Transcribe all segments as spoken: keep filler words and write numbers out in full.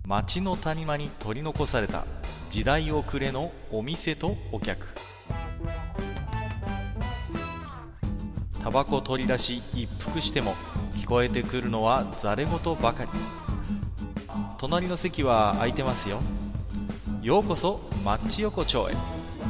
町の谷間に取り残された時代遅れのお店とお客。タバコ取り出し一服しても聞こえてくるのはざれ言ばかり。隣の席は空いてますよ。ようこそマッチ横丁へ。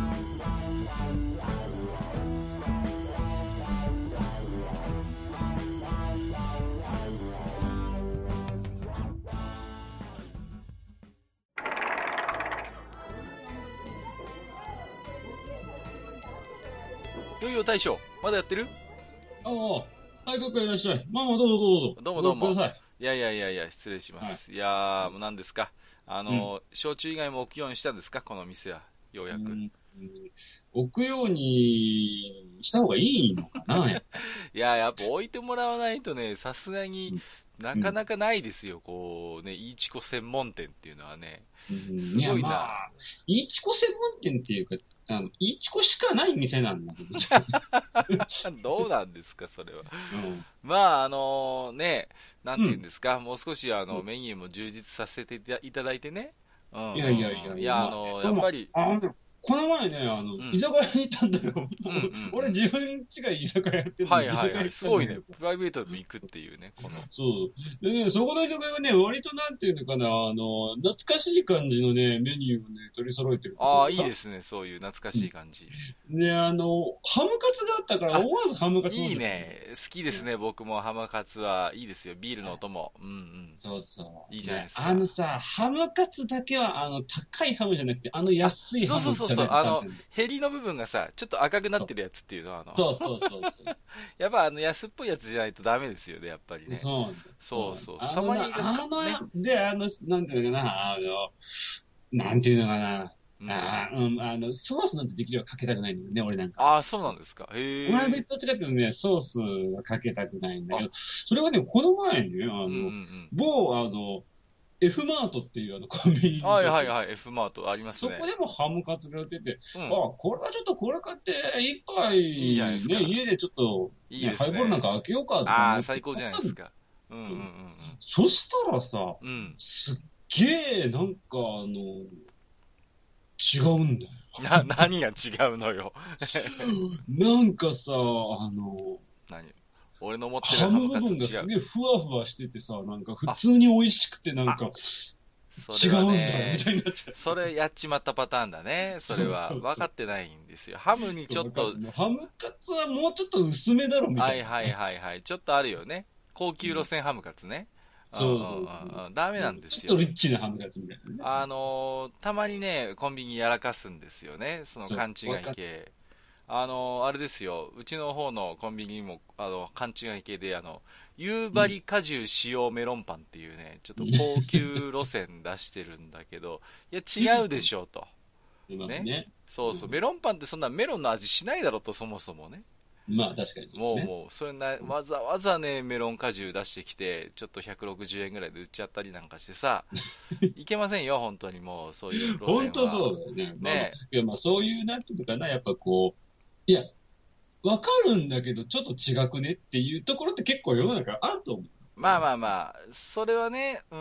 よいよ大将、まだやってる？ ああ、はい、ごくいらっしゃい。まあまあ、どうぞどうぞ。 どうもどうも。 ください。 いやいやいやいや、失礼しまはい。 す。いやー、もう何ですか。あうん。 の、焼酎以外も置くようにしたんですか、この店は。ようやく。 うん、置くようにした方がいいのかな、やっぱいや、やっぱ置いてもらわないとね、さすがにり。 なうん。 かなかないですよ。こうね、いいちこ専門店っていうのはね。 うん。 すいや、 ごいな。 まあ、いちこ専門店っていうか、あの、いちこしかない店なんだけど、ちょっと。 どうなんですか、それは。 うん。 まあ、あのね、なんて言うんうん。 ですか、もう少しあうん。 のメニューも充実させていたいただいてね。うんうんいやいやいうん。いやいや、 や、あまあね。 の、 まあまやっぱり、 あ、あの、この前ね、あの、 うん、 居酒屋に行ったんだよ。 うんうんう俺ん。 自分家が居酒屋やってるのはに居酒屋いはいはい。すごいね。 行ったんだけど。 プライベートでも行くっていうね、この。 そう。でね、そこの居酒屋がね、割となんていうのかな、あの、懐かしい感じのね、メニューをね、取り揃えてるところああ、 でさ。 いいですね。そういう懐かうん。 しい感じ。 で、あの、ハムカツがあったからあ、 思わずハムカツ頼んいいじゃったんだよ。 ね。好きでうん。 すね。僕もハムカツはいいですよ。ビールのお供。うんうん。 そうそいいう。で、 じゃないですか。 あのさ、ハムカツだけは、あの、高いハムじゃなくて、あのあ、 安いそうハそうそうそう。 ムじゃないとあの、 ダメなんだよ。 ヘリの部分がさ、ちょっと赤くなっそう。 てるやつっていうのは、あの、 そうそうそうそう。 やっぱあの安っぽいやつじゃないとダメですよね、やっぱりね。 そうなんだよ。そうなんだよ。 そうそうそう。 あのな、 たまにがか、 あの、 ね。 で、あの、なんていうのかな、あの、なんていうのかな。 うん。 あー、うん、あの、ソースなんてできればかけたくないんだよね、俺なんか。 ああ、そうなんですか。 俺はへえ。 どっちかっていうとね、ソースはかけたくないんだけあ、 ど、それがね、この前ね、あうんうんうの、 ん。 某、あの、F マートっていうあのコンビニにちょっと、 はいはいはい。F マートありますね。 そこでもハムカツが売ってて、 うん。 あ、これはちょっとこれ買って一いいじゃないで杯ね、 すか。 家でちょっと、 いいね、 ですね。 ハイボールなんか開けようかとかああ、 思って最高じ買ったんだ。 ゃないですか。うんうんううん。 んそしたらさ、 うん。うん。 すっげえ、なんかあの、違うんだよ。 な、何が違うのよ。 なんかさ、あの、 何？俺の持ってるハハムム部分がカツと違う。 すげえふわふわしててさ、なんか普あ、 通に美味しくてなんあ、 か違それはうんだよ、みね、 たいになっちゃって。 それやっちまったパターンだね。それそうは。 そうそう。 分かってないんですよ。ハムにそう、 ちょっと、 わかってんの。ハムカツはもうちょっと薄めだろ、みたはいはいいなさ。 はいはい。ちょっとあるよね。高級路うん。 線ハムカツね。うんうんそうそうそう。 うんうん。ダメなんそう、 ですよ。 ちょっとリッチなハムカツみたいなね。 あのーたまにね、コンビニやらかすんですよね。そのそう、 勘違わかっ、 い系。あのーあれですよ。うちの方のコンビニにも、あの、勘違い系で、あの、夕うん。 張果汁使用メロンパンっていうね、ちょっと高級路線出してるんだけど、いや違うでしょうと。ね。 まあね。 そうそう。 うん。 メロンパンってそんなメロンの味しないだろうと、そもそもね。 まあ確かにそうだね。 もうもう、それな、わざわざね、メロン果汁出してきて、ちょっとひゃくろくじゅうえんぐらいで売っちゃったりなんかしてさ、いけませんよ、本当にもう、そういう路本当線は。 そうだよね。まあまあ、 ね。 いやまあそういう、なんていうのかな、やっぱこう、いや、わかるんだけど、ちょっと違くねっていうところって結構世の中あると思う。 まあまあまあ、それはね、うん、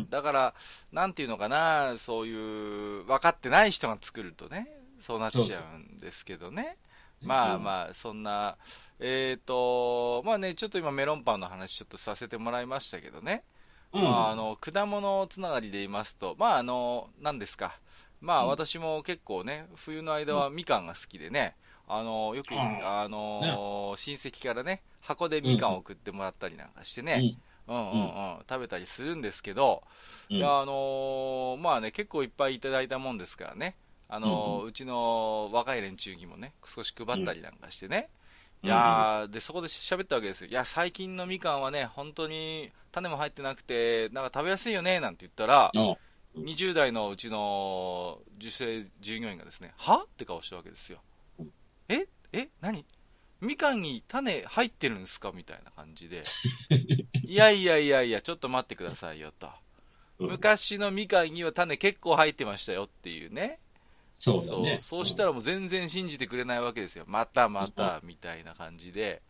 うん。 だから、なんていうのかな、そういう、分かってない人が作るとね、そうなっちゃそうそうんですけどね。 う。ね。うん。 まあまあ、そんな、えーと、まあね、ちょっと今メロンパンの話ちょっとさせてもらいましたけどね。 うん。 まあ、あの、果物つながりで言いますと、まあ、あの、何ですか。まあ、 うん。 私も結構ね、冬の間うん。 はみかんが好きでね、あの、よく、 あああ。ね。 の、親戚からね、箱でうん。 みかんを送ってもらったりなんかしてね、 うん。 うんうんうん。 うん、食べたりするんですけど、 うん。 いや、あのまあね、結構いっぱいいただいたもんですからね、あうん。 のうちの若い連中にもね、少し配うん。 ったりなんかしてね、いうん。 やー、で、そこで喋ったわけですよ。いや、最近のみかんはね、本当に種も入ってなくて、なんか食べやすいよね、なんて言ったら、 ああ。うん。 にじゅう代のうちの女性従業員がですね、はって顔したわけですよ。 うん。 ええ何みかんに種入ってるんですかみたいな感じで。いやいやいやいや、ちょっと待ってくださいよと。 うん。 昔のみかんには種結構入ってましたよっていうね。そう、 そうだね。 そうしたうん。 らもう全然信じてくれないわけですよ。またまうん。 た、みたいな感じで。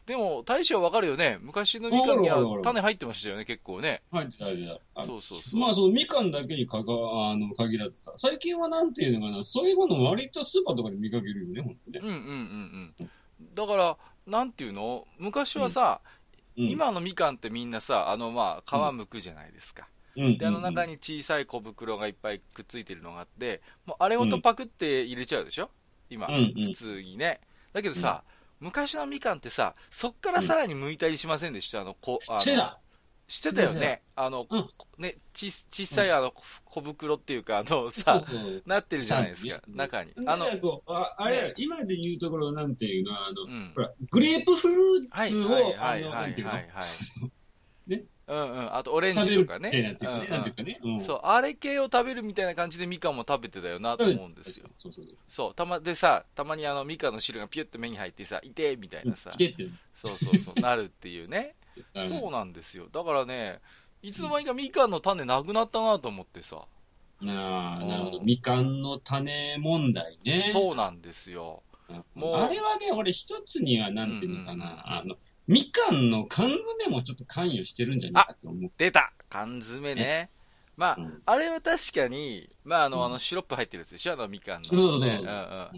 でも、大将はわかるよね。昔のみかんには種入ってましたよね、結構ね。 入ってた、入ってた。 そうそうそう。 まあ、そのみかんだけにかか、あの、限らずさ、最近はなんていうのかな、そういうもの割とスーパーとかで見かけるよね、ほんとね。 うんうんうんうん。だから、なんていうの昔はさ、うん、今のみかんってみんなさ、あの、まあ、皮むくじゃないですか。うん、で、あの中に小さい小袋がいっぱいくっついてるのがあって、もうあれごとパクって入れちゃうでしょ今、うん、普通にね。だけどさ、うん、昔のみかんってさ、そっからさらに剥いたりしませんでした、あの、こ、あの、してた。してたよね。あの、うん、ね、ち、小さいあの、小袋っていうか、あの、さ、そうそうなってるじゃないですか、中に。 あの、ああれ、ね、今で言うところなんていうのは、あの、うん、ほら、グレープフルーツを、あの、なんていうのね。うんうん。あと、オレンジとかね。なんていうかね。なんていうかね。そう、あれ系を食べるみたいな感じでみかんも食べてたよなと思うんですよ。そうそうそう。そう、たま、でさ、たまにあの、みかんの汁がピュッと目に入ってさ、いてーみたいなさ。いてって。そうそうそう、なるっていうね。そうなんですよ。だからね、いつの間にかみかんの種なくなったなと思ってさ。 ああ、なるほど。みかんの種問題ね。 そうなんですよ。 もう。あれはね、俺一つにはなんていうのかな、うんうん、あの、みかんの缶詰もちょっと関与してるんじゃないかと思う。 出た缶詰ね。まあ、うん、あれは確かに、まあ、あの、うん、あの、シロップ入ってるやつでしょあの、みかんの、ね。そうそうそう。うんうん。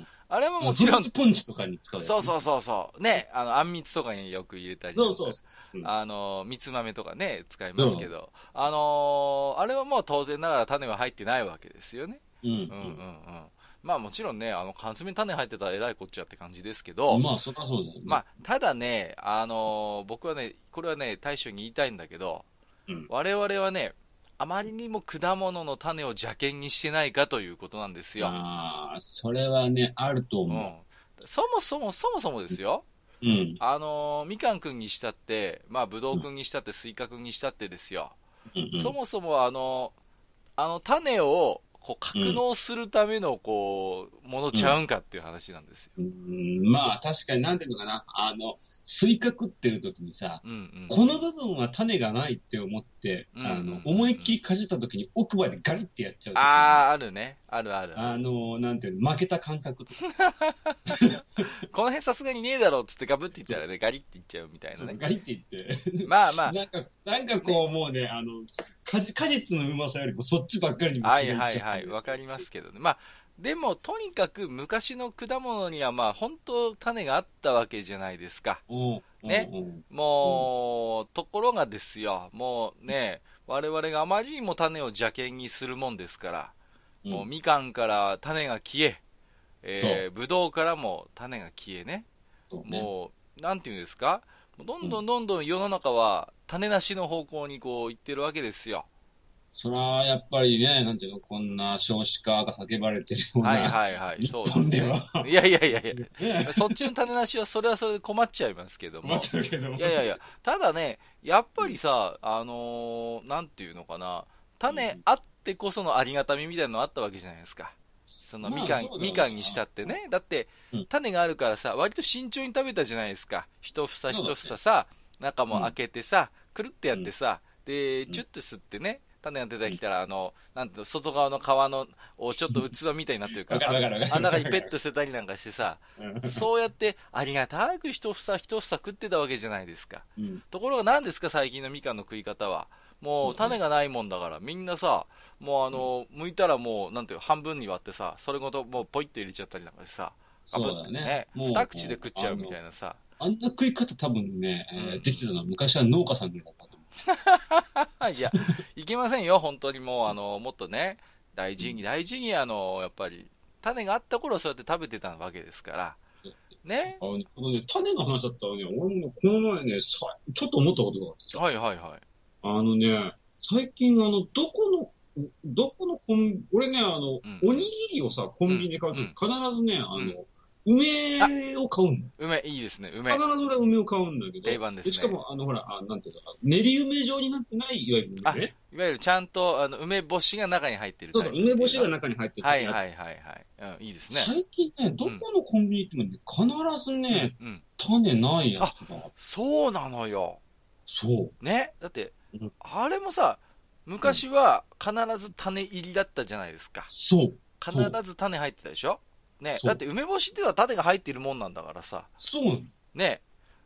あれはもちろん。 フルーツポンチとかに使うやつ、ね。 そうそうそうそう。ね、あの、あんみつとかによく入れたりとか。そうそうそう、うん、あの、みつ豆とかね、使いますけど。あのー、あれはもう当然ながら種は入ってないわけですよね。うん。うんうんうん。まあもちろんね、あの、缶詰に種入ってたらえらいこっちゃって感じですけど。 まあ、そりゃそうだよね。 まあ、ただね、あのー、僕はね、これはね、大将に言いたいんだけど、うん、我々はね、あまりにも果物の種を邪険にしてないかということなんですよ。 ああ、それはね、あると思う。 うん、そもそも、そもそもですよ。うん。あのー、みかんくんにしたって、まあ、ぶどうくんにしたって、スイカくんにしたってですよ。うんうん、そもそも、あのー、あの、種を、こう、格納するための、こう、ものちゃうんかっていう話なんですよ。 うん、うん、まあ、確かに、なんていうのかな、あの、スイカ食ってる時にさ、うんうん、この部分は種がないって思って、うんうんうん、あの、思いっきりかじった時に奥歯でガリってやっちゃう。 ああ、あるね。あるある。 あの、なんていうの、負けた感覚とか。 この辺さすがにねえだろっつってガブって言ったらね、ガリって言っちゃうみたいなね。 ガリって言って。 まあまあ。 なんか、なんかこう、ね、もうね、あの、果実のうまさよりもそっちばっかりにもはいはいはい、わかりますけどね。まあ、でも、とにかく昔の果物にはまあ、本当種があったわけじゃないですか。ね。もう、ところがですよ、もうね、我々があまりにも種を邪険にするもんですから、うん、もうみかんから種が消え、えー、ぶどうからも種が消えね。ねもう、なんていうんですか、どんどんどんどん世の中は種なしの方向にこう行ってるわけですよ。 そら、やっぱりね、なんていうの、こんな少子化が叫ばれてるような。 はいはいはい、そうですね。いやいやいやいや、ね、そっちの種なしはそれはそれで困っちゃいますけども。 困っちゃうけども。 いやいやいや、ただね、やっぱりさ、あのー、なんていうのかな、種あってこそのありがたみみたいなのあったわけじゃないですか。そのみかん、まあ、みかんにしたってね。だって、種があるからさ、割と慎重に食べたじゃないですか。一房一房さ、中も開けてさ、くるってやってさ、で、チュッと吸ってね、種が出てきたら、あの、なんていうの、外側の皮の、をちょっと器みたいになってるから、あん中にペット捨てたりなんかしてさ、そうやってありがたく一房一房食ってたわけじゃないですか。ところが何ですか、最近のみかんの食い方は。もう種がないもんだから、みんなさ、もうあの、剥いたらもう、なんていう半分に割ってさ、それごともうポイって入れちゃったりなんかしてさ、 そうだね。 二口で食っちゃうみたいなさ。 あんな食い方多分ね、えー、できてたのは昔は農家さんでだったと思う。いや、いけませんよ、本当にもう、あの、もっとね、大事に大事に、あの、やっぱり、種があった頃そうやって食べてたわけですから。ね。 あのね、種の話だったらね、俺もこの前ね、さちょっと思ったことがあってさ。 はいはいはい。 あのね、最近あの、どこの、どこのコンビ、俺ね、あの、うん、おにぎりをさ、コンビニで買うとき、必ずね、あの、うん梅を買うんだ。 梅、いいですね、梅。 必ず俺は梅を買うんだけど。 定番ですね。 しかも、あの、ほら、あなんていうか、練り梅状になってない、いわゆる梅ね。 いわゆるちゃんと、あの、梅干しが中に入ってる。 そうそう、梅干しが中に入ってる。 はいはいはいはい。うん、いいですね。 最近ね、どこのコンビニ行ってもね、必ずね、うん、種ないやつが。 そうなのよ。 そう。 ね。だって、うん、あれもさ、昔は必ず種入りだったじゃないですか。 そう。 必ず種入ってたでしょね、だって梅干しっていうのは種が入っているもんなんだからさ。 そう。 ね。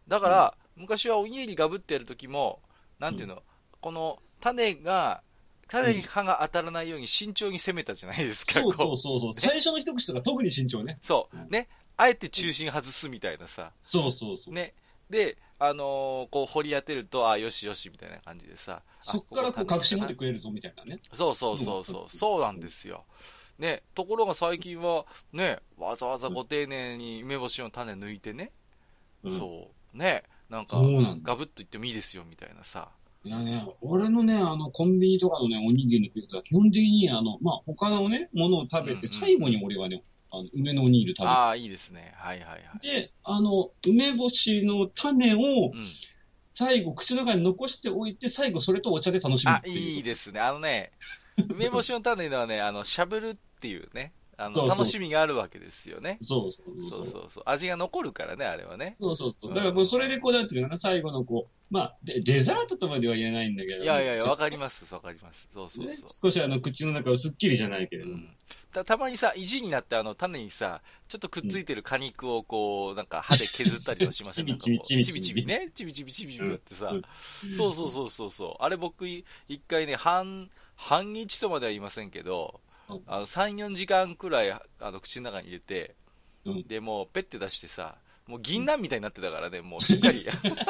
だから、うん、昔はおにぎりガブってやるときも、なんていうの、うん、この種が、種に歯が当たらないように慎重に攻めたじゃないですか。 そうそうそうそう、ね。最初の一口とか特に慎重ね。 そう。ね。あえて中心外すみたいなさ。 そうそうそう。 ね。で、あのー、こう掘り当てると、あ、よしよしみたいな感じでさ。 そっからこう隠し持ってくれるぞみたいなね。 そうそうそうそう。そうなんですよ。ね。ところが最近は、ね、わざわざご丁寧に梅干しの種抜いてね。うん、そう。ね。なんか、ガブッといってもいいですよみたいなさ。 いやね、俺のね、あの、コンビニとかのね、おにぎりの食い方は基本的に、あの、まあ、他のね、ものを食べて、最後に俺はね、あの、梅のおにぎり食べる。 ああ、いいですね。はいはいはい。 で、あの、梅干しの種を、最後、口の中に残しておいて、最後それとお茶で楽しむっていう。 あ、いいですね。あのね、梅干しの種ではね、あの、しゃぶるっていうね、あの、そうそう、楽しみがあるわけですよね。 そうそうそうそうそう。味が残るからね、あれはね。 そうそうそう。だからもうそれでこう、なんていうかな、最後のこう、まあ、デデザートとまでは言えないんだけど。 いやいやいや、わかります、わかります。そうそうそう。ね、 少しあの、口の中をすっきりじゃないけれども。うん、 た, たまにさ、意地になってあの、種にさ、ちょっとくっついてる果肉をこう、なんか歯で削ったりはしませんか？ ちびちびちびちびね。ちびちびちびちびってさ、うん、そうそうそうそうそう。あれ僕、一回ね、半、半日とまでは言いませんけど、あのさん、よじかんくらいあの口の中に入れて、うん、でもうペッて出してさ、もう銀杏みたいになってたからね、もうすっかり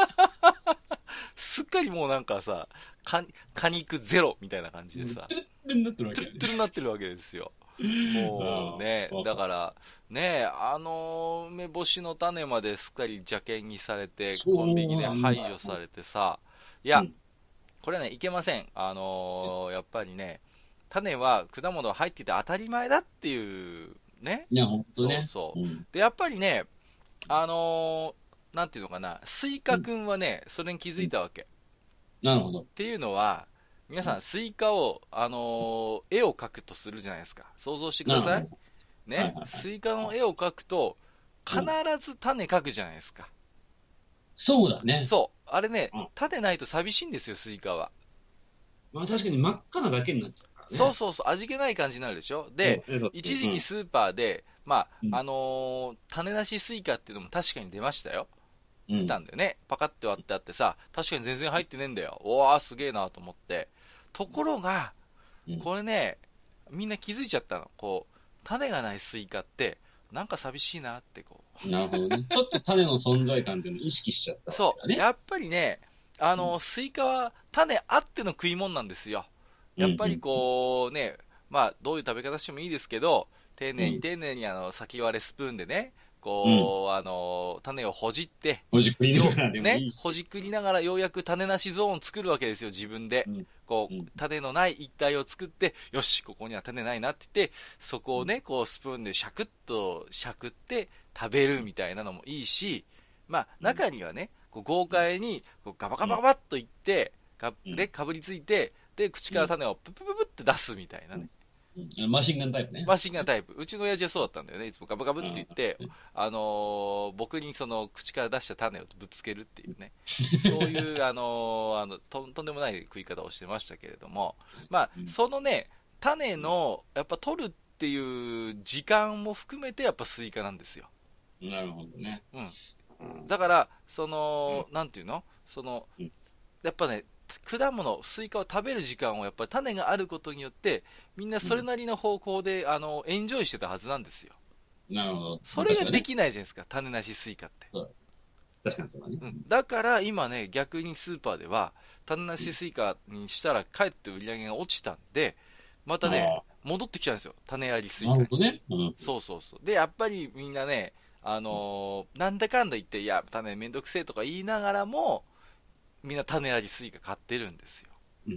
すっかりもうなんかさ、か果肉ゼロみたいな感じでさ、 トゥルトゥルになってるわけ、 トゥルトゥルになってるわけですよ。もうね、だからね、あの梅干しの種まですっかり邪険にされてコンビニで排除されてさ、いや、うん、これねいけません。あのー、やっぱりね、種は果物入ってて当たり前だっていうね。 いや、ほんとね。 そうそう。うん、で、やっぱりね、あのー、なんていうのかな、スイカくんはね、うん、それに気づいたわけ。 なるほど。 っていうのは、皆さん、スイカを、あのー、絵を描くとするじゃないですか。想像してください。ね、はいはいはい、スイカの絵を描くと、必ず種描くじゃないですか。 そうだね。 そう。あれね、うん、種ないと寂しいんですよ、スイカは。 まあ確かに真っ赤なだけになっちゃう。 そうそうそう、味気ない感じになるでしょ。で、一時期スーパーで、まあ、うん、あのー、種なしスイカっていうのも確かに出ましたよ。見、うん、たんだよね。パカッて割ってあってさ、確かに全然入ってねえんだよ。おわー、すげえなと思って。ところが、これね、みんな気づいちゃったの。こう、種がないスイカって、なんか寂しいなってこう。なるほどね。ちょっと種の存在感っていうのを意識しちゃった、ね。 そう。やっぱりね、あのー、うん、スイカは種あっての食い物なんですよ。やっぱりこうね、まあどういう食べ方してもいいですけど、丁寧に丁寧にあの先割れスプーンでね、こう、うん、あの種をほじって、 ほじくりながらでもいいね、ほじくりながらようやく種なしゾーンを作るわけですよ、自分で。うん、こう、うん、種のない一帯を作って、よし、ここには種ないなって言って、そこをね、こうスプーンでシャクッとしゃくって食べるみたいなのもいいし、まあ中にはね、こう豪快にこうガバガバガバッといって、かでかぶりついて、で、口から種をププププって出すみたいなね。 うん、マシンガンタイプね。 マシンガンタイプ。うちの親父はそうだったんだよね。いつもガブガブって言って、あのー、僕にその口から出した種をぶつけるっていうね。そういう、あのー、あのと、とんでもない食い方をしてましたけれども、まあ、そのね、種の、やっぱ取るっていう時間も含めて、やっぱスイカなんですよ。 なるほどね。 うん。だから、その、うん、なんていうのその、やっぱね、果物、スイカを食べる時間をやっぱり種があることによってみんなそれなりの方向で、うん、あのエンジョイしてたはずなんですよ。 なるほど。 それができないじゃないですか、種なしスイカって。 確かにそうだね、 うん、だから今ね、逆にスーパーでは種なしスイカにしたらかえって売り上げが落ちたんで、またね戻ってきちゃうんですよ、種ありスイカに。 なるほどね、うん、 そうそうそう。でやっぱりみんなね、あのー、なんだかんだ言って、いや種めんどくせえとか言いながらもみんな種ありスイカ買ってるんですよ。 うん。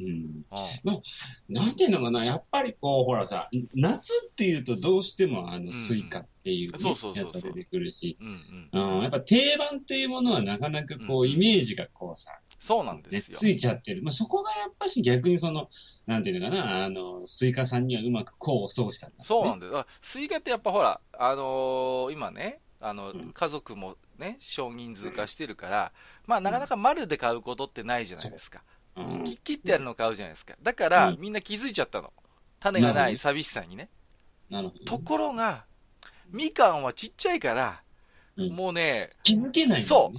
まあ、なんていうのかな、やっぱりこう、ほらさ、夏っていうとどうしてもあの、スイカっていう、ね、やつが出てくるし、うんうん、やっぱ定番っていうものはなかなかこう、イメージがこうさ、 そうなんですよ。 ね、ついちゃってる。まあ、そこがやっぱし逆にその、なんていうのかな、あの、スイカさんにはうまく功を奏したんだ、ね。 そうなんですよ。スイカってやっぱほら、あのー、今ね、あの、うん、家族もね、少人数化してるから、まあなかなか丸で買うことってないじゃないですか。うん、切ってやるの買うじゃないですか。だから、うん、みんな気づいちゃったの。種がない寂しさにね。 なるほど。 ところが、みかんはちっちゃいから、うん、もうね、 気づけないんだよね。そう。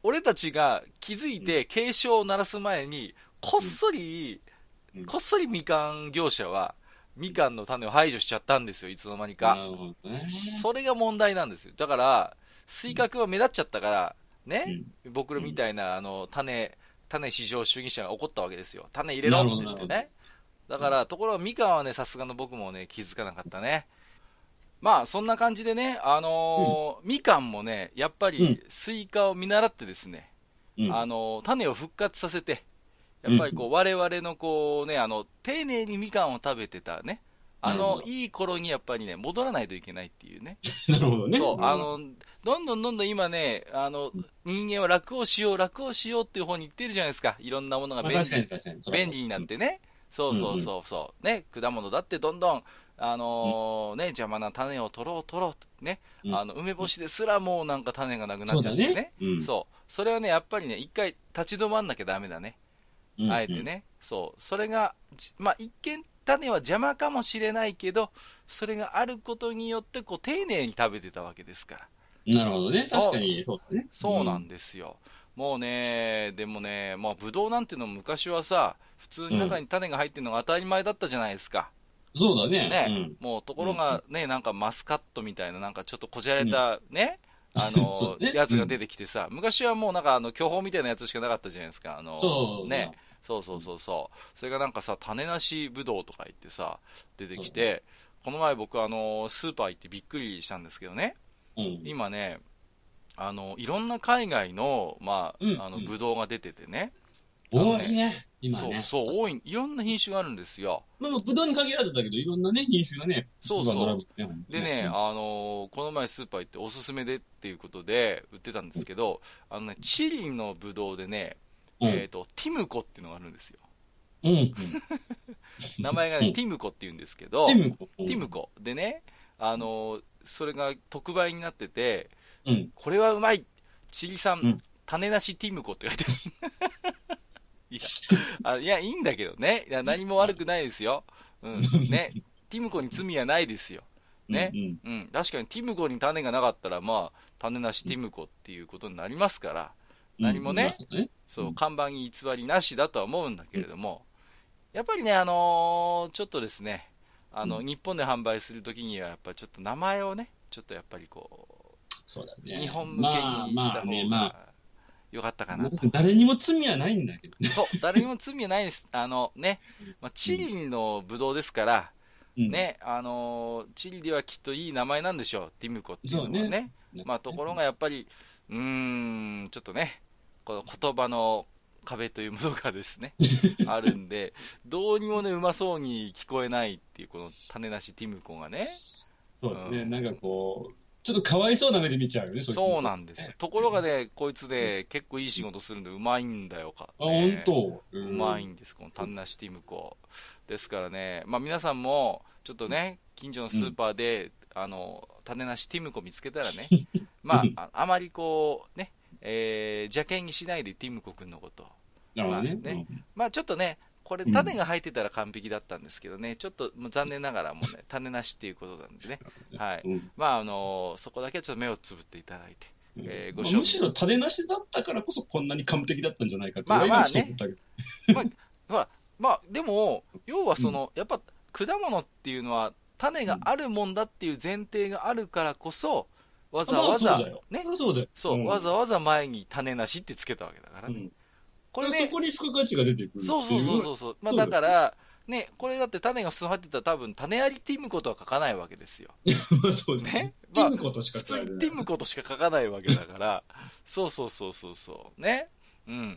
俺たちが気づいて警鐘を鳴らす前に、こっそり、うん、こっそりみかん業者は、みかんの種を排除しちゃったんですよ、いつの間にか。なるほどね。それが問題なんですよ。だから、スイカ君は目立っちゃったから、ね、うん、僕らみたいな、あの、種、種市場主義者が怒ったわけですよ。種入れろって言ってね。だから、ところがみかんはね、さすがの僕もね、気づかなかったね。まあ、そんな感じでね、あのーうん、みかんもね、やっぱりスイカを見習ってですね、うん、あのー、種を復活させて、やっぱりこう、我々のこうね、あの、丁寧にみかんを食べてたね、あの、いい頃にやっぱりね、戻らないといけないっていうね。 なるほどね。 そう、あの、どんどんどんどん今ね、あの、人間は楽をしよう、楽をしようっていう方に行ってるじゃないですか。いろんなものが便利、便利になってね。そうそうそうそう。ね、果物だってどんどん、あのー、ね、邪魔な種を取ろう取ろうね、うん、あの梅干しですらもうなんか種がなくなっちゃってね、そうだね、うん、そうそれはねやっぱりね一回立ち止まんなきゃダメだね、うんうん、あえてね、そうそれがまあ一見種は邪魔かもしれないけどそれがあることによってこう丁寧に食べてたわけですから。 なるほどね、確かにそうだね。 そうなんですよ、うん、もうねでもねまあブドウなんていうのも昔はさ普通に中に種が入ってるのが当たり前だったじゃないですか。 そうだね。 ね、うん、もうところがね、うん、なんかマスカットみたいな、なんかちょっとこじゃれたね、うん、あの、ね、やつが出てきてさ、昔はもうなんかあの巨峰みたいなやつしかなかったじゃないですか。あの、 そうね、そうそうそうそう。それがなんかさ、種なしぶどうとか言ってさ、出てきて、この前僕あの、スーパー行ってびっくりしたんですけどね、うん、今ね、あの、いろんな海外の、まあ、うん、あの、ぶどうが出ててね、 多いね。今ね。 そう、そう、多い、いろんな品種があるんですよ。 まあ、ぶどうに限らずだけど、いろんなね、品種がね、 そうそう。ね、でね、うん、あのー、この前スーパー行っておすすめでっていうことで売ってたんですけど、あのね、チリのぶどうでね、うん、えっ、ー、と、ティムコっていうのがあるんですよ。うん。名前がね、うん、ティムコって言うんですけど、 ティムコ。 ティムコ。でね、あのー、それが特売になってて、 うん、 これはうまいチリ産、うん、種なしティムコって書いてある。いやあ、いや、いいんだけどね。いや、何も悪くないですよ。うん。ね。ティムコに罪はないですよ。ね。うん、うん、確かにティムコに種がなかったら、まあ、種なしティムコっていうことになりますから、何もね、うん、そう、看板に偽りなしだとは思うんだけれども、やっぱりね、あのー、ちょっとですね、あの、うん、日本で販売するときには、やっぱりちょっと名前をね、ちょっとやっぱりこう、 そうだね、 日本向けにした方が、まあまあねまあよかったかなと。 誰にも罪はないんだけどね。 そう、誰にも罪はないです。あのね、まあ、チリのブドウですから、うん、ね、あのー、チリではきっといい名前なんでしょう、ティムコっていうのはね。ねまあ、ところがやっぱり、うーん、ちょっとね、この言葉の壁というものがですね、あるんで、どうにもね、うまそうに聞こえないっていう、この種なしティムコがね。 そうだね、うん、なんかこう、ちょっとかわいそうな目で見ちゃうよね、 そうなんです。ところがね、こいつで、ね、結構いい仕事するんで、うまいんだよか、 ね。あ、本当。 うまいんです、この種なしティムコ。ですからね、まあ皆さんも、ちょっとね、近所のスーパーで、うん、あの、種なしティムコ見つけたらね、まあ、あまりこう、ね、えー、邪険にしないでティムコ君のこと。 なるほどね。 まあ、ねうん、まあちょっとね、これ種が入ってたら完璧だったんですけどね、うん、ちょっともう残念ながらもうね、種なしっていうことなんでね、はい。うん、まああのー、そこだけちょっと目をつぶっていただいて、 うん、えー、ごまあ、むしろ種なしだったからこそこんなに完璧だったんじゃないかとまあまあね、まあ、ほら、まあでも、要はその、うん、やっぱ果物っていうのは種があるもんだっていう前提があるからこそ、わざわざ、ね、 そうだよ。 そう、うん、わざわざ前に種なしってつけたわけだからね。うんこれね、そこに付加価値が出てくるそうそうそうそう。まあだから、ね、これだって種が普通に入ってたら多分種ありティムコとは書かないわけですよ。 そうね。 ねティムコとしか書かない。普通にティムコとしか書かないわけだから、そうそうそうそうそう。ね。うんうんうん。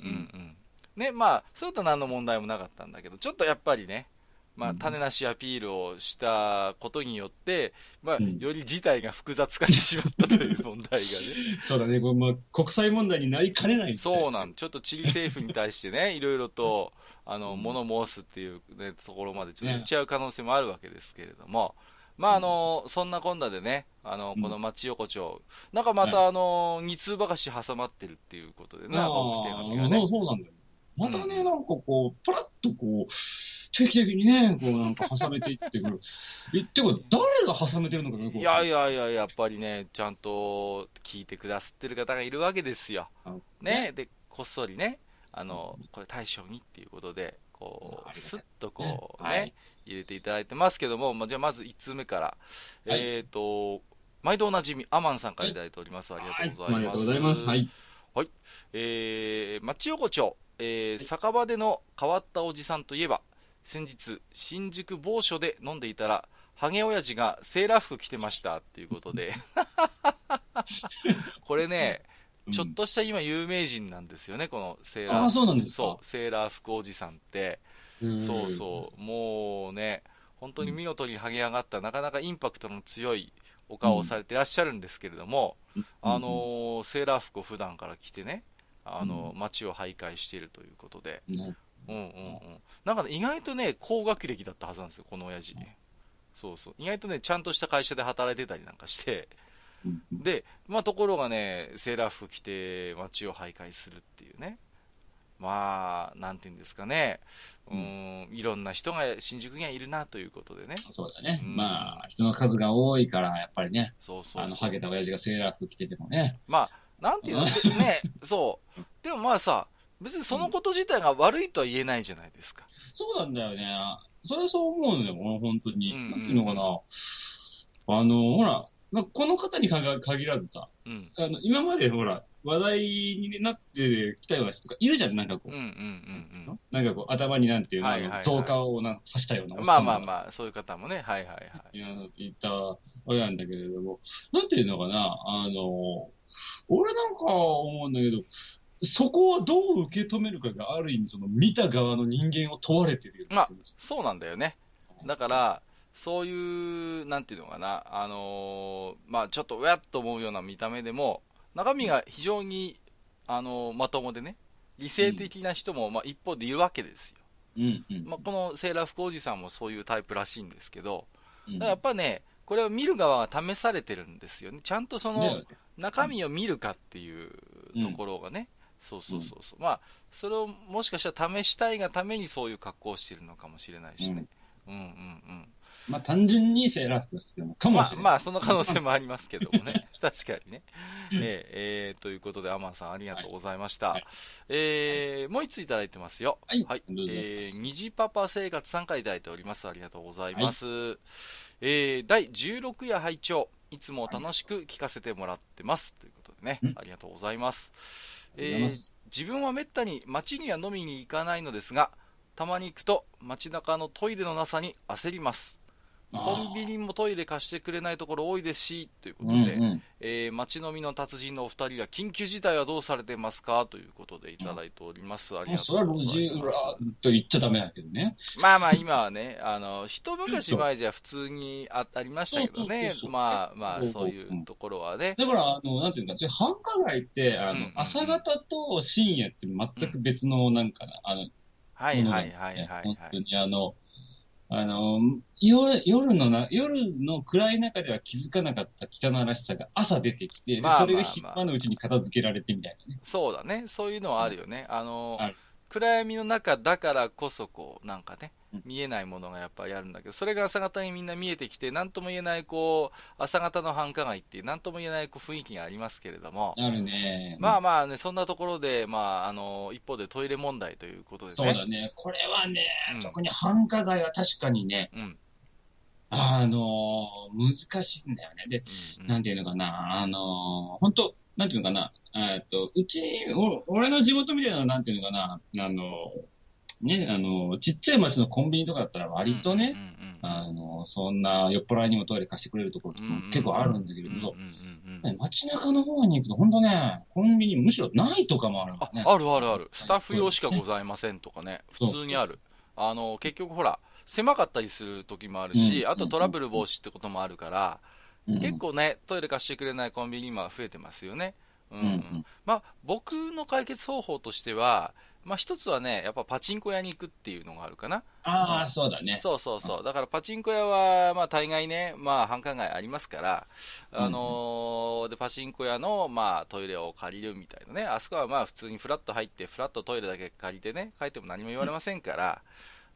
ね、まあ、そういった何の問題もなかったんだけど、ちょっとやっぱりね、まあ、種なしアピールをしたことによって、まあ、うん、より事態が複雑化してしまったという問題がね。 そうだね、これまあ、国際問題になりかねない。 そうなん、ちょっとチリ政府に対してね、いろいろと、あの、物申すっていう、ね、ところまでちょっと言っちゃう可能性もあるわけですけれども、ね、まあ、あの、そんなこんなでね、あの、この町横丁、なんかまた、あの、二通ばかし挟まってるっていうことでね、 青木手紙がね。そうなんだよ。またね、うん、なんかこう、パラッとこう、 定期的にね、こうなんか挟めていってくる。え、てか、誰が挟めてるのかね、 いやいやいや、やっぱりね、ちゃんと聞いてくださってる方がいるわけですよ。ね、ねで、こっそりね、あの、これ大将にっていうことで、こう、スッとこうね、はい、入れていただいてますけども、まあ、じゃあまずいちつめから、はい、えっ、ー、と、毎度おなじみ、アマンさんからいただいております。はい、ありがとうございます。ありがとうございます。はい。はい。えー、町横丁、えー、酒場での変わったおじさんといえば、先日、新宿某所で飲んでいたら、ハゲ親父がセーラー服着てましたっていうことで。これね、ちょっとした今有名人なんですよね、このセーラー。 あ、そうなんですか。 そう、セーラー服おじさんって。そうそう、もうね、本当に見事にハゲ上がった、なかなかインパクトの強いお顔をされていらっしゃるんですけれども、うん、あのー、セーラー服を普段から着てね、あのー、街を徘徊しているということで、うん、うんうんうん。なんかね、意外とね、高学歴だったはずなんですよ、この親父。そうそう。意外とね、ちゃんとした会社で働いてたりなんかして、で、まあ、ところがね、セーラー服着て街を徘徊するっていうね。まあ、なんていうんですかね。うん、いろんな人が新宿にはいるなということでね。 そうだね。うん、まあ、人の数が多いから、やっぱりね。そうそうそう。あの、ハゲた親父がセーラー服着ててもね。 まあ、なんていうのね、そう。でもまあさ、別にそのこと自体が悪いとは言えないじゃないですか。 そうなんだよね。それはそう思うんだよ、本当に。うんうんうん、なんていうのかな。あの、ほら、まあ、この方に限らずさ、うん、あの今までほら、話題になってきたような人とかいるじゃん、なんかこう。うんうんうんうん、なんかこう、頭になんていうの、はいはいはい、増加をなんか刺したようなおっさん。まあまあまあ、そういう方もね、はいはいはい。 いや、いたわけなんだけれども、なんていうのかな、あの、俺なんか思うんだけど、そこをどう受け止めるかがある意味、その見た側の人間を問われてるよまあ、そうなんだよね。だから、そういう、なんていうのかな、あのー、まあちょっとうやっと思うような見た目でも、中身が非常に、あのー、まともでね、理性的な人も、うん、まあ一方でいるわけですよ。うんうん、まあ、このセーラー服おじさんもそういうタイプらしいんですけど、だからやっぱね、これを見る側が試されてるんですよね。ちゃんとその中身を見るかっていうところがね、うん、そうそうそうそう、まあそれをもしかしたら試したいがためにそういう格好をしてるのかもしれないしね。うん、うんうんうんまあ単純にセーラー服が好きなのかもしれない。 まあ、まあ、その可能性もありますけどもね。確かにね。えー、えー、ということで、アマンさんありがとうございました。はい、えー、もう一ついただいてますよ。はい。はい、えー、虹パパ生活さんからいただいております。ありがとうございます。はい、えー、だいじゅうろく夜拝聴いつも楽しく聞かせてもらってます。ということでね、ありがとうございます。えー、自分はめったに街には飲みに行かないのですが、たまに行くと街中のトイレのなさに焦ります。コンビニもトイレ貸してくれないところ多いですし、ということで、うんうん、えー、街飲みの達人のお二人は緊急事態はどうされてますかということでいただいております。ありがとうございます。 それは路地裏と言っちゃダメだけどね。 まあまあ今はね、あの、一昔前じゃ普通に あ, ありましたけどね。まあまあそういうところはね。 だから、あの、なんていうんだ、繁華街って、あの、うんうんうん、朝方と深夜って全く別のなんか、うん、あの、 はいはいはいはい、はい。 本当にあの、あの、夜、夜のな、夜の暗い中では気づかなかった汚らしさが朝出てきて、まあまあまあ、でそれが昼間のうちに片付けられてみたいなね。 そうだね。そういうのはあるよね。うん、あの、あ暗闇の中だからこそこう、なんかね、見えないものがやっぱりあるんだけど、それが朝方にみんな見えてきて、なんとも言えないこう、朝方の繁華街っていう、なんとも言えないこう雰囲気がありますけれども。 あるね。 まあまあね、そんなところで、まあ、あの、一方でトイレ問題ということでね。 そうだね。これはね、うん、特に繁華街は確かにね、うん、あの、難しいんだよね。で、うんうん、なんていうのかな、あの、本当なんていうのかな、えっと、うち、俺の地元みたいな、なんていうのかな、あの、ね、あの、ちっちゃい町のコンビニとかだったら割とね、あの、そんな酔っ払いにもトイレ貸してくれるところとかも結構あるんだけれど、街中の方に行くと本当ね、コンビニむしろないとかもあるんだね。 あ、あるあるある。スタッフ用しかございませんとかね、普通にある。あの、結局ほら、狭かったりする時もあるし、うん、あとトラブル防止ってこともあるから、うん、結構ね、トイレ貸してくれないコンビニ今増えてますよね。うんうん、まあ、僕の解決方法としては、まあ、一つはね、やっぱパチンコ屋に行くっていうのがあるかな。 ああ、うん、そうだね。 そうそうそう。だからパチンコ屋は、まあ、大概ね、まあ、繁華街ありますから、あのーうん、で、パチンコ屋の、まあ、トイレを借りるみたいなね。あそこはまあ、普通にフラッと入って、フラッとトイレだけ借りてね、帰っても何も言われませんから、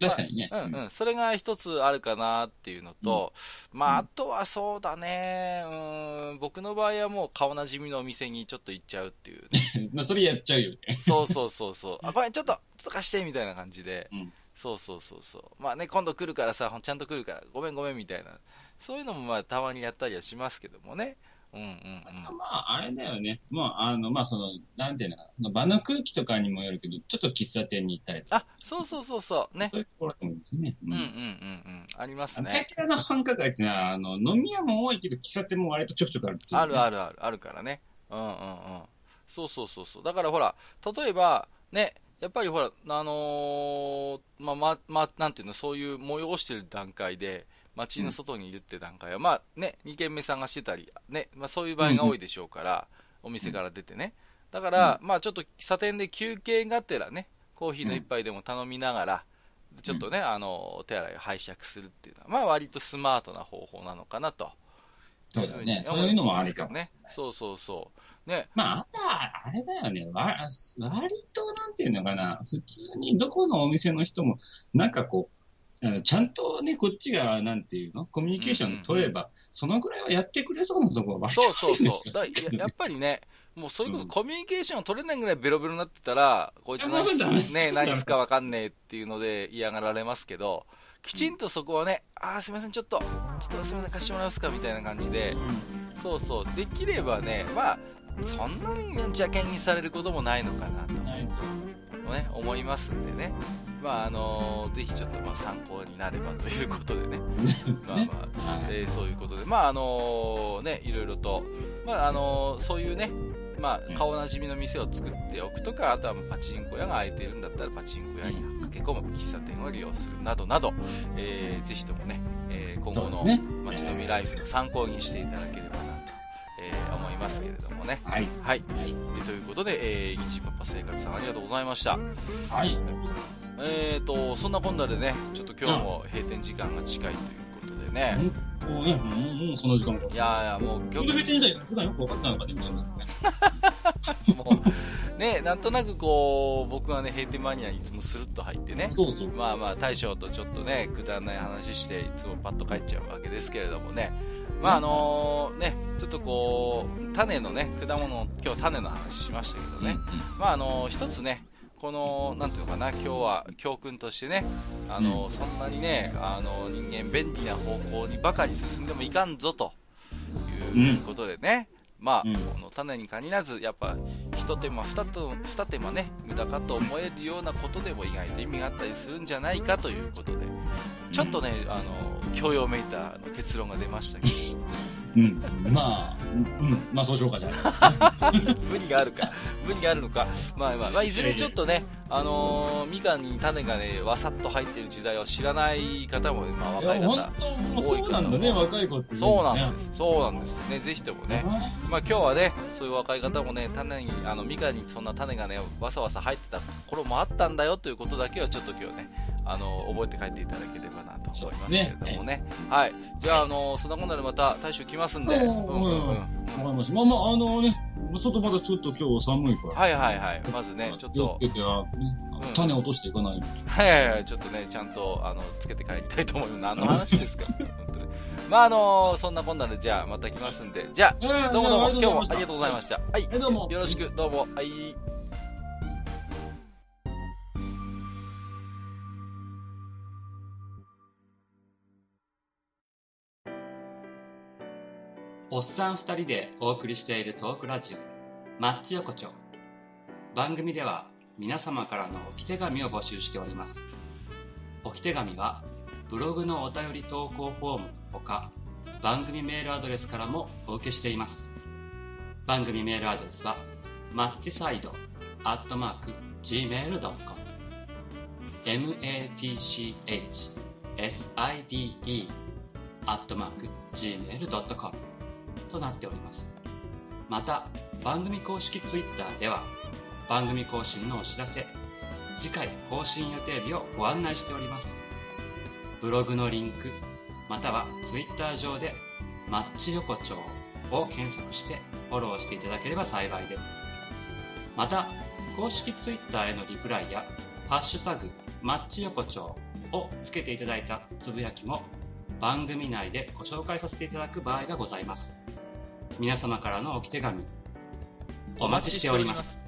確かにね。 まあ、うんうん。それが一つあるかなっていうのと、うん、まあ、あとはそうだね、うん、僕の場合はもう顔なじみのお店にちょっと行っちゃうっていう、ね。 まあ、それやっちゃうよね。 そうそうそうそう。あ、ごめん、ちょっと、ちょっと貸してみたいな感じで。うん、そうそうそうそう。まあね、今度来るからさ、ちゃんと来るから、ごめんごめんみたいな。そういうのもまあ、たまにやったりはしますけどもね。うんうんうん、 まあ、あれだよね。まあ、あの、まあ、その、なんていうのかな、場の空気とかにもよるけど、ちょっと喫茶店に行ったりとか。 あ、そうそうそうそう、ね。 そういうところでもいいですね。 うんうんうんうん。ありますね。 大抵の繁華街ってのは、あの、飲み屋も多いけど、喫茶店も割とちょくちょくあるっていう、ね。 あるあるある、あるからね。うんうんうん。そうそうそうそう。だからほら、例えば、ね、やっぱりほら、あのー、まあまあ、まあ、なんていうの、そういう催してる段階で、街の外にいるって段階は、うん、まあね、に軒目探してたり、ね、まあそういう場合が多いでしょうから、うん、お店から出てね。だから、うん、まあちょっと喫茶店で休憩がてらね、コーヒーの一杯でも頼みながら、うん、ちょっとね、あの、手洗いを拝借するっていうのは、まあ割とスマートな方法なのかなと。 そうだね。そういうのもありかも。 ね。そうそうそう。ね。 まあ、あとは、あれだよね。わ割と、なんていうのかな。普通にどこのお店の人も、なんかこう、あのちゃんとね、こっちが、なんていうのコミュニケーション取れば、うんうんうん、そのぐらいはやってくれそうなところは割とそうそうそう。だ や, やっぱりね、もうそれこそコミュニケーション取れないぐらいベロベロになってたら、うん、こいつ何す、ね、何すかわかんねえっていうので嫌がられますけど、きちんとそこはね、うん、あーすみません、ちょっと、ちょっとすみません、貸してもらえますかみたいな感じで、うん、そうそう、できればね、まあ、そんなに邪険にされることもないのかなと、ね、思いますんでね。まああのー、ぜひちょっとまあ参考になればということでね、まあまあ、えー、そういうことで、まああのー、ね、いろいろと、まああのー、そういうね、まあ顔なじみの店を作っておくとか、あとはパチンコ屋が空いているんだったらパチンコ屋に駆け込む、喫茶店を利用するなどなど、えー、ぜひともね、えー、今後の街飲みライフの参考にしていただければなと、えー、思いますけれどもね。 はい。 はい。ということで、えー、虹パパ生活さんありがとうございました。 はい。 えーと、そんなこんなでね、ちょっと今日も閉店時間が近いということでね。 もうね、もう、もうその時間か。 いやいや、もう今日。閉店時間、普段よく分かってないのかって言っちゃいますね。もう、ね、なんとなくこう、僕はね、閉店マニアにいつもスルッと入ってね。 そうそう。 まあまあ、大将とちょっとね、くだらない話して、いつもパッと帰っちゃうわけですけれどもね。まああのー、ね、ちょっとこう、種のね、果物、今日種の話しましたけどね。うんうん、まああのー、一つね、このなんていうのかな、今日は教訓としてね、あの、うん、そんなにね、あの人間便利な方向にばかり進んでもいかんぞということでね、うん、まあ、うん、この種に限らずやっぱ一手間二手二手間ね無駄かと思えるようなことでも意外と意味があったりするんじゃないかということで、ちょっとね、あの教養めいた結論が出ましたけど。 うん、まあ、うん、まあそうしようかじゃあ。 無理があるか、無理があるのか、まあまあ、まあ、いずれちょっとね、あのー、みかんに種がね、わさっと入っている時代を知らない方も、まあ若い方、 本当もうそうなんだね、若い子って、ね。 そうなんです、そうなんですね、ぜひともね、まあ今日はね、そういう若い方もね、種に、あのみかんにそんな種がね、わさわさ入ってた頃もあったんだよということだけはちょっと今日ね、あの覚えて帰っていただければなと思いますけれども ね, ねはい、じゃあ、あのそんなこんなでまた大将来ますんで、うんうんうん、 わかりました。まあまあ、あのね、外まだちょっと今日寒いから、 はいはいはい、まずね、ちょっと気をつけては、ね、種落としていかないように、 はいはいはい、ちょっとね、ちゃんとあのつけて帰りたいと思います。何の話ですか本当に。まああのそんなこんなで、じゃあまた来ますんで、じゃあどうもどうも、今日もありがとうございました。はい、どうもよろしく、どうも、はい。 おっさん二人でお送りしているトークラジオマッチ横丁。番組では皆様からの置き手紙を募集しております。置き手紙はブログのお便り投稿フォームのほか、番組メールアドレスからもお受けしています。番組メールアドレスはマッチサイドアットマーク ジーメールドットコム matchside アットマーク ジーメールドットコムとなっております。また番組公式ツイッターでは番組更新のお知らせ、次回更新予定日をご案内しております。ブログのリンクまたはツイッター上でマッチ横丁を検索してフォローしていただければ幸いです。また公式ツイッターへのリプライやハッシュタグマッチ横丁をつけていただいたつぶやきも番組内でご紹介させていただく場合がございます。皆様からの置き手紙お待ちしております。